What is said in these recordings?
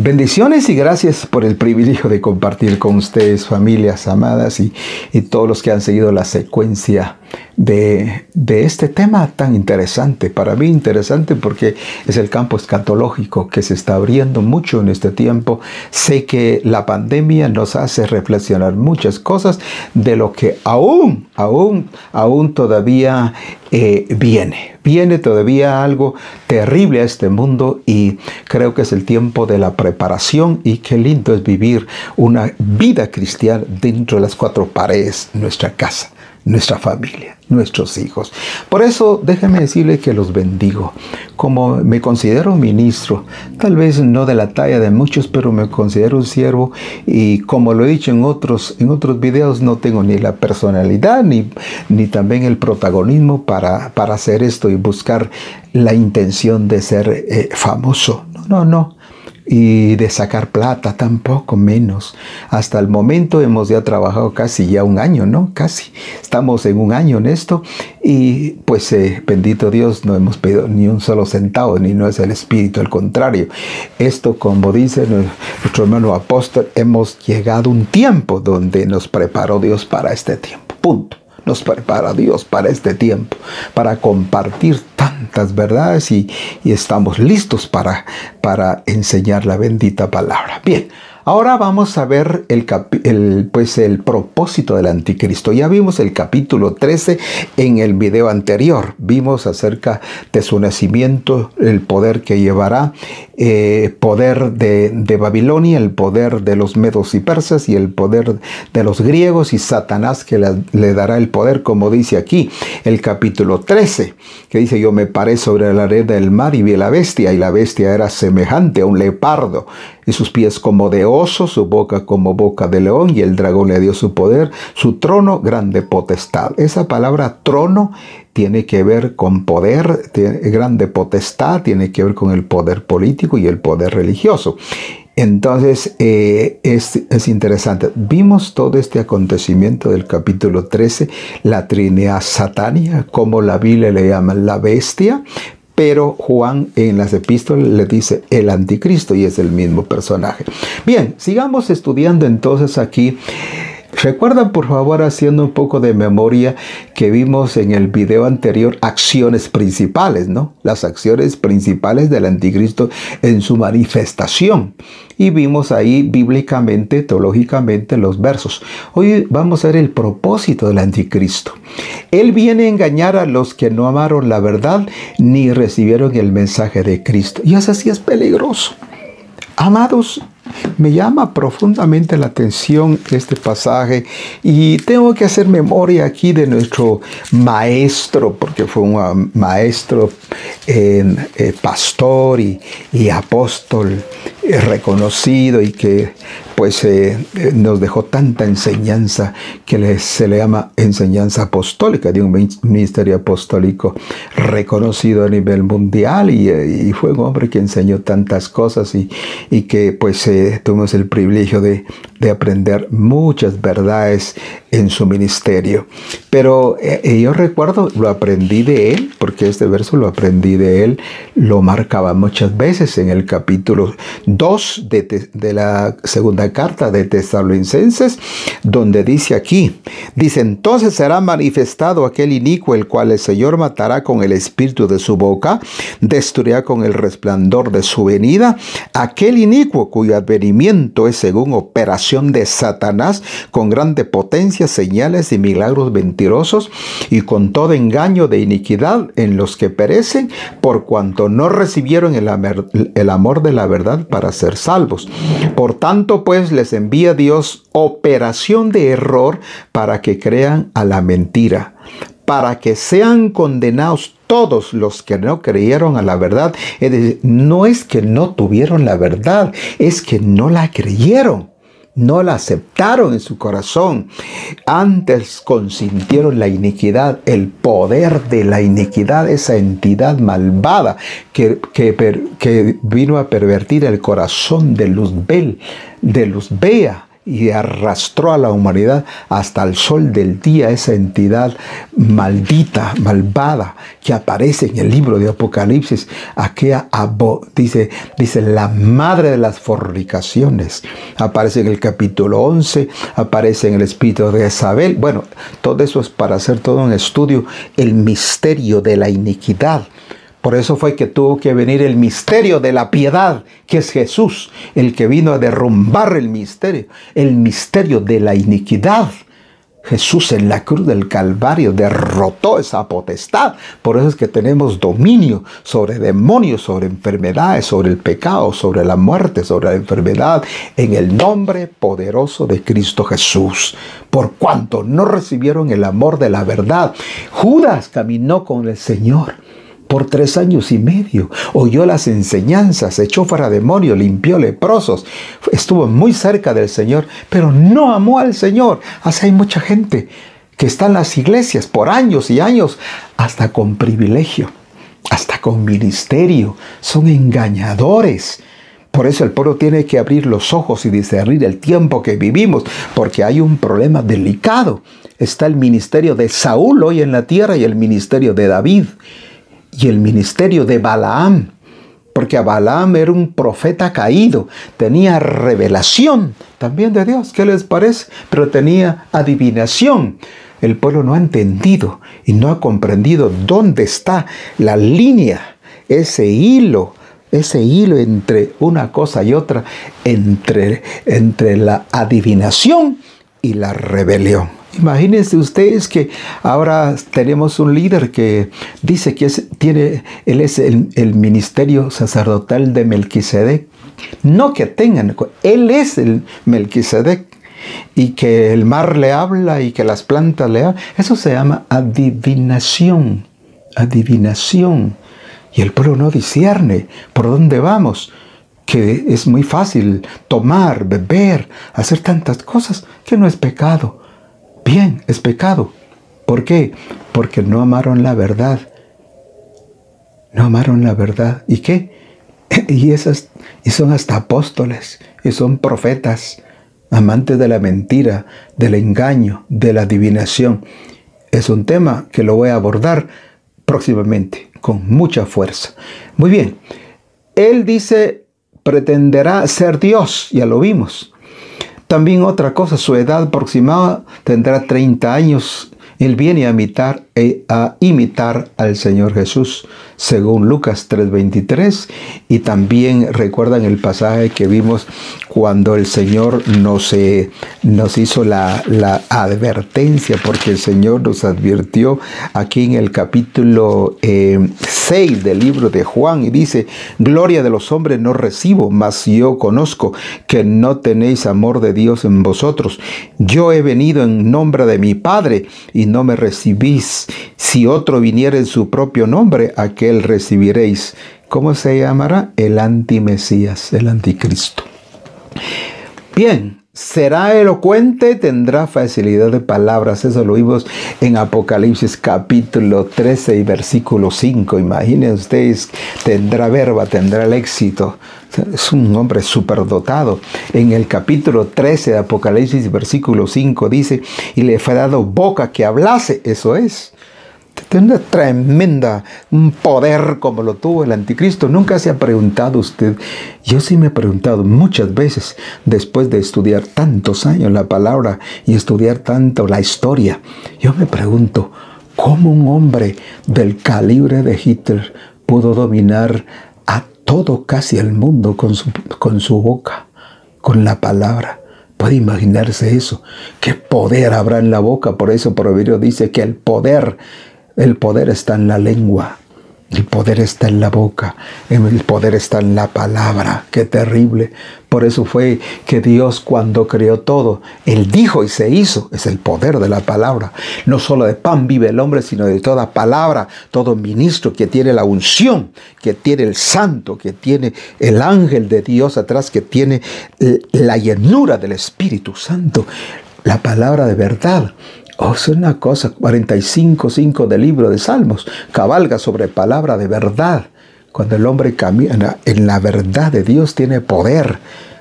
Bendiciones y gracias por el privilegio de compartir con ustedes, familias amadas y todos los que han seguido la secuencia de este tema tan interesante. Para mí interesante porque es el campo escatológico que se está abriendo mucho en este tiempo. Sé que la pandemia nos hace reflexionar muchas cosas de lo que aún todavía viene todavía algo terrible a este mundo, y creo que es el tiempo de la preparación. Y qué lindo es vivir una vida cristiana dentro de las cuatro paredes, nuestra casa, nuestra familia, nuestros hijos. Por eso déjenme decirle que los bendigo. Como me considero ministro, tal vez no de la talla de muchos, pero me considero un siervo, y como lo he dicho en otros videos, no tengo ni la personalidad ni también el protagonismo para hacer esto y buscar la intención de ser famoso. No. Y de sacar plata, tampoco, menos. Hasta el momento hemos ya trabajado casi ya un año, ¿no? Casi. Estamos en un año en esto, y pues bendito Dios, no hemos pedido ni un solo centavo, ni no es el Espíritu, al contrario. Esto, como dice nuestro hermano apóstol, hemos llegado a un tiempo donde nos preparó Dios para este tiempo. Punto. Nos prepara Dios para este tiempo, para compartir tantas verdades, y estamos listos para enseñar la bendita palabra. Bien, ahora vamos a ver el propósito del anticristo. Ya vimos el capítulo 13 en el video anterior. Vimos acerca de su nacimiento, el poder que llevará, poder de Babilonia, el poder de los medos y persas y el poder de los griegos, y Satanás que le dará el poder, como dice aquí el capítulo 13, que dice: yo me paré sobre la arena del mar y vi a la bestia, y la bestia era semejante a un leopardo, y sus pies como de oso, su boca como boca de león, y el dragón le dio su poder, su trono, grande potestad. Esa palabra trono tiene que ver con poder, grande potestad, tiene que ver con el poder político y el poder religioso. Entonces es interesante. Vimos todo este acontecimiento del capítulo 13, la Trinidad satánica, como la Biblia le llama la bestia, pero Juan en las epístolas le dice el anticristo, y es el mismo personaje. Bien, sigamos estudiando entonces aquí. Recuerdan, por favor, haciendo un poco de memoria, que vimos en el video anterior acciones principales, ¿no? Las acciones principales del anticristo en su manifestación. Y vimos ahí bíblicamente, teológicamente, los versos. Hoy vamos a ver el propósito del anticristo. Él viene a engañar a los que no amaron la verdad ni recibieron el mensaje de Cristo. Y eso sí es peligroso. Amados, me llama profundamente la atención este pasaje, y tengo que hacer memoria aquí de nuestro maestro, porque fue un maestro, pastor y apóstol reconocido, y que pues nos dejó tanta enseñanza que se le llama enseñanza apostólica, de un ministerio apostólico reconocido a nivel mundial, y fue un hombre que enseñó tantas cosas, y que pues tuvimos el privilegio de aprender muchas verdades en su ministerio. Pero yo recuerdo, lo aprendí de él, porque este verso lo aprendí de él, lo marcaba muchas veces en el capítulo 2 de la segunda carta de Tesalonicenses, donde dice aquí, dice: entonces será manifestado aquel inicuo, el cual el Señor matará con el espíritu de su boca, destruirá con el resplandor de su venida, aquel inicuo cuyo advenimiento es según operación de Satanás, con grande potencia, señales y milagros mentirosos, y con todo engaño de iniquidad en los que perecen, por cuanto no recibieron el amor de la verdad para ser salvos. Por tanto, pues, les envía Dios operación de error para que crean a la mentira, para que sean condenados todos los que no creyeron a la verdad. Es decir, no es que no tuvieron la verdad, es que no la creyeron. No la aceptaron en su corazón. Antes consintieron la iniquidad, el poder de la iniquidad, esa entidad malvada que vino a pervertir el corazón de Luzbel, de Luzbea, y arrastró a la humanidad hasta el sol del día, esa entidad maldita, malvada, que aparece en el libro de Apocalipsis, aquella dice la madre de las fornicaciones. Aparece en el capítulo 11, aparece en el espíritu de Jezabel. Bueno, todo eso es para hacer todo un estudio, el misterio de la iniquidad. Por eso fue que tuvo que venir el misterio de la piedad, que es Jesús, el que vino a derrumbar el misterio de la iniquidad. Jesús en la cruz del Calvario derrotó esa potestad. Por eso es que tenemos dominio sobre demonios, sobre enfermedades, sobre el pecado, sobre la muerte, sobre la enfermedad, en el nombre poderoso de Cristo Jesús. Por cuanto no recibieron el amor de la verdad. Judas caminó con el Señor por 3 años y medio, oyó las enseñanzas, echó fuera demonios, limpió leprosos, estuvo muy cerca del Señor, pero no amó al Señor. Así hay mucha gente que está en las iglesias por años y años, hasta con privilegio, hasta con ministerio, son engañadores. Por eso el pueblo tiene que abrir los ojos y discernir el tiempo que vivimos, porque hay un problema delicado. Está el ministerio de Saúl hoy en la tierra y el ministerio de David. Y el ministerio de Balaam, porque Balaam era un profeta caído, tenía revelación también de Dios, ¿qué les parece? Pero tenía adivinación. El pueblo no ha entendido y no ha comprendido dónde está la línea, ese hilo entre una cosa y otra, entre la adivinación y la rebelión. Imagínense ustedes que ahora tenemos un líder que dice que él es el ministerio sacerdotal de Melquisedec. No que tengan, él es el Melquisedec. Y que el mar le habla y que las plantas le hablan. Eso se llama adivinación. Adivinación. Y el pueblo no discierne por dónde vamos. Que es muy fácil tomar, beber, hacer tantas cosas que no es pecado. Bien, es pecado. ¿Por qué? Porque no amaron la verdad. No amaron la verdad. ¿Y qué? Y son hasta apóstoles, y son profetas, amantes de la mentira, del engaño, de la adivinación. Es un tema que lo voy a abordar próximamente, con mucha fuerza. Muy bien. Él dice, pretenderá ser Dios, ya lo vimos. También otra cosa, su edad aproximada tendrá 30 años. Él viene a imitar al Señor Jesús, según Lucas 3:23. Y también recuerdan el pasaje que vimos cuando el Señor nos hizo la advertencia, porque el Señor nos advirtió aquí en el capítulo 6 del libro de Juan, y dice: gloria de los hombres no recibo, mas yo conozco que no tenéis amor de Dios en vosotros. Yo he venido en nombre de mi Padre y no me recibís. Si otro viniera en su propio nombre, aquel recibiréis. ¿Cómo se llamará? El antimesías, el anticristo. Bien, será elocuente, tendrá facilidad de palabras. Eso lo vimos en Apocalipsis capítulo 13 y versículo 5. Imaginen ustedes, tendrá verba, tendrá el éxito. Es un hombre superdotado. En el capítulo 13 de Apocalipsis, versículo 5, dice: y le fue dado boca que hablase. Eso es. Tiene una tremenda, un poder como lo tuvo el anticristo. Nunca se ha preguntado usted. Yo sí me he preguntado muchas veces, después de estudiar tantos años la palabra y estudiar tanto la historia. Yo me pregunto, ¿cómo un hombre del calibre de Hitler pudo dominar a todo casi el mundo con su boca, con la palabra? ¿Puede imaginarse eso? ¿Qué poder habrá en la boca? Por eso Proverbios dice que el poder está en la lengua. El poder está en la boca, el poder está en la palabra. ¡Qué terrible! Por eso fue que Dios, cuando creó todo, Él dijo y se hizo. Es el poder de la palabra. No solo de pan vive el hombre, sino de toda palabra. Todo ministro que tiene la unción, que tiene el santo, que tiene el ángel de Dios atrás, que tiene la llenura del Espíritu Santo. La palabra de verdad. Es una cosa, 45:5 del libro de Salmos, cabalga sobre palabra de verdad. Cuando el hombre camina en la verdad de Dios, tiene poder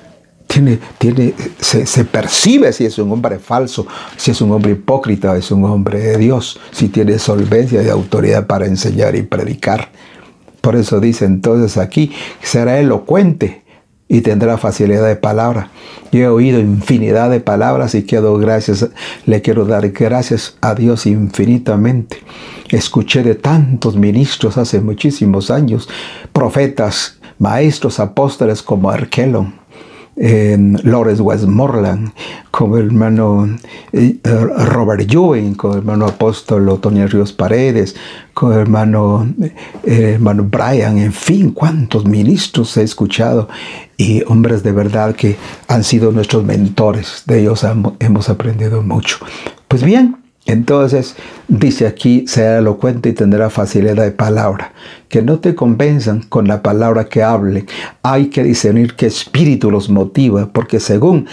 se percibe si es un hombre falso, si es un hombre hipócrita, es un hombre de Dios, si tiene solvencia y autoridad para enseñar y predicar. Por eso dice entonces aquí, será elocuente y tendrá facilidad de palabra. Yo he oído infinidad de palabras y le quiero dar gracias a Dios infinitamente. Escuché de tantos ministros hace muchísimos años, profetas, maestros, apóstoles como Arkelon, Lawrence Westmoreland, como el hermano Robert Ewing, como el hermano apóstol Otoño Ríos Paredes, como el hermano Brian, en fin, cuántos ministros he escuchado y hombres de verdad que han sido nuestros mentores. De ellos hemos aprendido mucho. Pues bien, entonces dice aquí, será elocuente y tendrá facilidad de palabra. Que no te convenzan con la palabra que hablen. Hay que discernir qué espíritu los motiva, porque según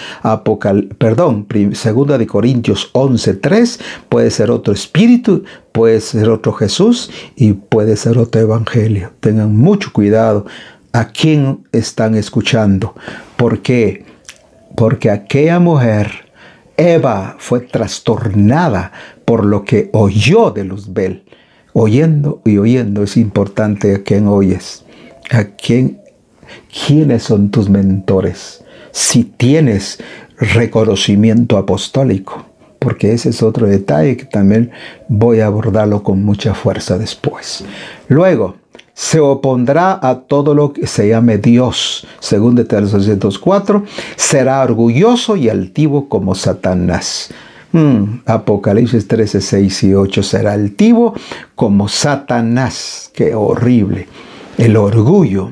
2 de Corintios 11:3, puede ser otro espíritu, puede ser otro Jesús y puede ser otro evangelio. Tengan mucho cuidado a quién están escuchando. ¿Por qué? Porque aquella mujer, Eva, fue trastornada por lo que oyó de Luzbel. Oyendo y oyendo, es importante a quién oyes, quiénes son tus mentores, si tienes reconocimiento apostólico, porque ese es otro detalle que también voy a abordarlo con mucha fuerza después. Luego, se opondrá a todo lo que se llame Dios. Según de Tesalonicenses 4, será orgulloso y altivo como Satanás. Apocalipsis 13, 6 y 8, será altivo como Satanás. Qué horrible. El orgullo,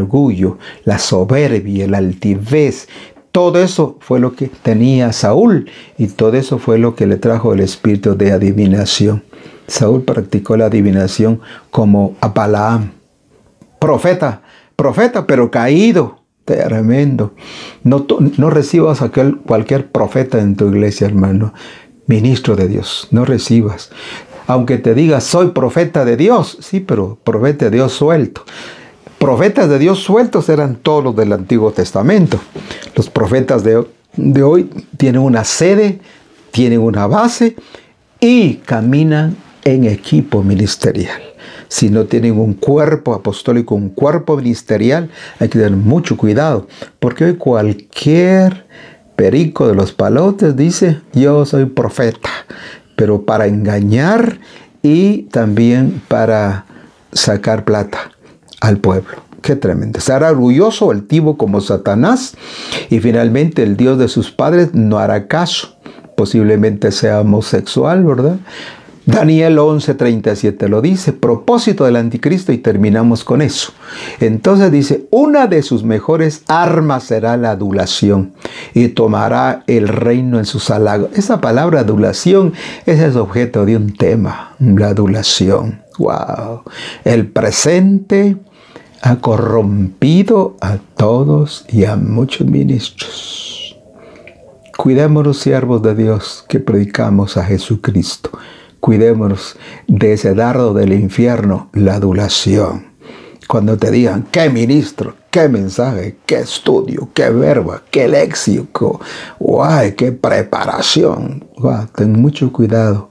la soberbia, la altivez. Todo eso fue lo que tenía Saúl y todo eso fue lo que le trajo el espíritu de adivinación. Saúl practicó la adivinación como a Balaam. Profeta, pero caído. Tremendo. No recibas cualquier profeta en tu iglesia, hermano. Ministro de Dios, no recibas. Aunque te digas, soy profeta de Dios. Sí, pero profeta de Dios suelto. Profetas de Dios sueltos eran todos los del Antiguo Testamento. Los profetas de hoy tienen una sede, tienen una base y caminan en equipo ministerial. Si no tienen un cuerpo apostólico, un cuerpo ministerial, hay que tener mucho cuidado, porque hoy cualquier perico de los palotes dice, yo soy profeta, pero para engañar y también para sacar plata al pueblo. Qué tremendo. Será orgulloso, altivo como Satanás, y finalmente el Dios de sus padres no hará caso. Posiblemente sea homosexual, ¿verdad? Daniel 11:37 lo dice, propósito del anticristo, y terminamos con eso. Entonces dice, una de sus mejores armas será la adulación y tomará el reino en sus halagos. Esa palabra adulación es el objeto de un tema, la adulación. ¡Wow! El presente ha corrompido a todos y a muchos ministros. Cuidémonos, siervos de Dios, que predicamos a Jesucristo. Cuidémonos de ese dardo del infierno, la adulación. Cuando te digan, qué ministro, qué mensaje, qué estudio, qué verba, qué léxico, ¡guay, qué preparación! ¡Guau! Ten mucho cuidado,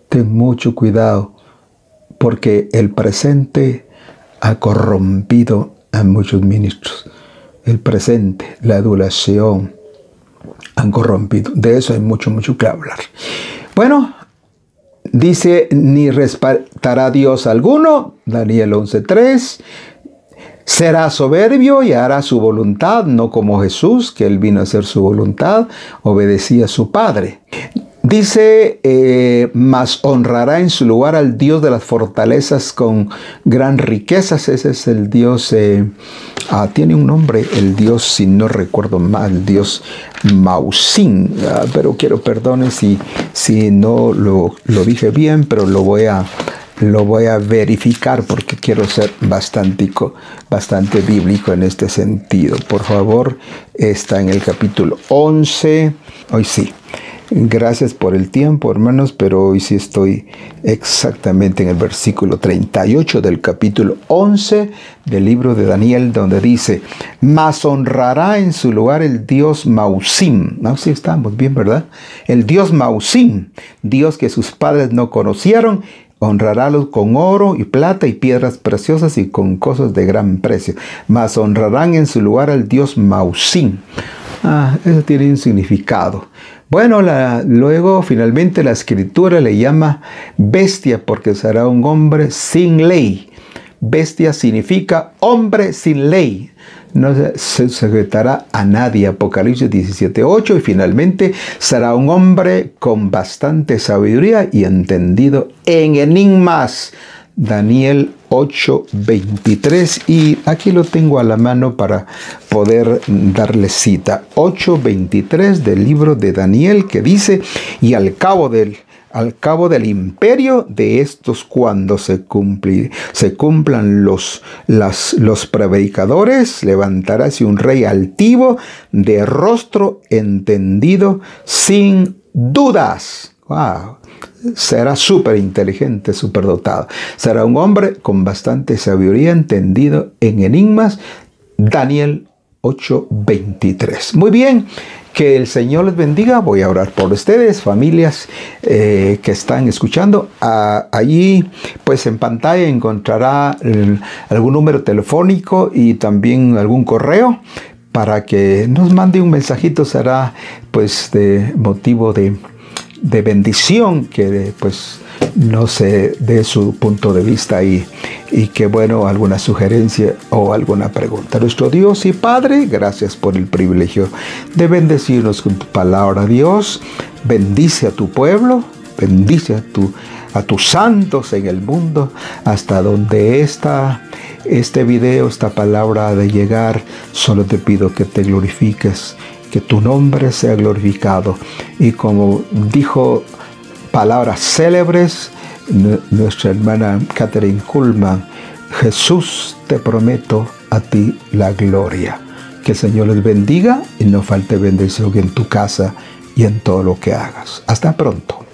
porque el presente ha corrompido a muchos ministros. El presente, la adulación, han corrompido. De eso hay mucho que hablar. Bueno, dice, ni respetará Dios alguno, Daniel 11:3. Será soberbio y hará su voluntad, no como Jesús, que él vino a hacer su voluntad, obedecía a su Padre. Dice, mas honrará en su lugar al Dios de las fortalezas con gran riquezas. Ese es el Dios, tiene un nombre, el Dios, si no recuerdo mal, el Dios Mausín. Pero quiero perdones si no lo dije bien, pero lo voy a verificar porque quiero ser bastante bíblico en este sentido. Por favor, está en el capítulo 11. Hoy sí. Gracias por el tiempo, hermanos, pero hoy sí estoy exactamente en el versículo 38 del capítulo 11 del libro de Daniel, donde dice: mas honrará en su lugar el Dios Mausim. No, sí estamos bien, ¿verdad? El Dios Mausim, Dios que sus padres no conocieron, honrarálos con oro y plata y piedras preciosas y con cosas de gran precio. Mas honrarán en su lugar al Dios Mausim. Eso tiene un significado. Bueno, luego finalmente la escritura le llama bestia porque será un hombre sin ley. Bestia significa hombre sin ley. No se sujetará a nadie. Apocalipsis 17:8. Y finalmente será un hombre con bastante sabiduría y entendido en enigmas. Daniel 8:23, y aquí lo tengo a la mano para poder darle cita. 8:23 del libro de Daniel, que dice: y al cabo del imperio de estos, cuando se cumplan los prevaricadores, levantaráse un rey altivo, de rostro entendido, sin dudas. ¡Wow! Será súper inteligente, súper dotado. Será un hombre con bastante sabiduría, entendido en enigmas. Daniel 8:23. Muy bien, que el Señor les bendiga. Voy a orar por ustedes, familias que están escuchando. Allí, pues en pantalla encontrará algún número telefónico y también algún correo para que nos mande un mensajito. Será pues de motivo de bendición, que pues no sé, de su punto de vista y que bueno, alguna sugerencia o alguna pregunta. Nuestro Dios y Padre, gracias por el privilegio de bendecirnos con tu palabra. Dios, bendice a tu pueblo, bendice a tus santos en el mundo, hasta donde este video, esta palabra ha de llegar. Solo te pido que te glorifiques, que tu nombre sea glorificado. Y como dijo palabras célebres nuestra hermana Catherine Kuhlman: Jesús, te prometo a ti la gloria. Que el Señor les bendiga y no falte bendición en tu casa y en todo lo que hagas. Hasta pronto.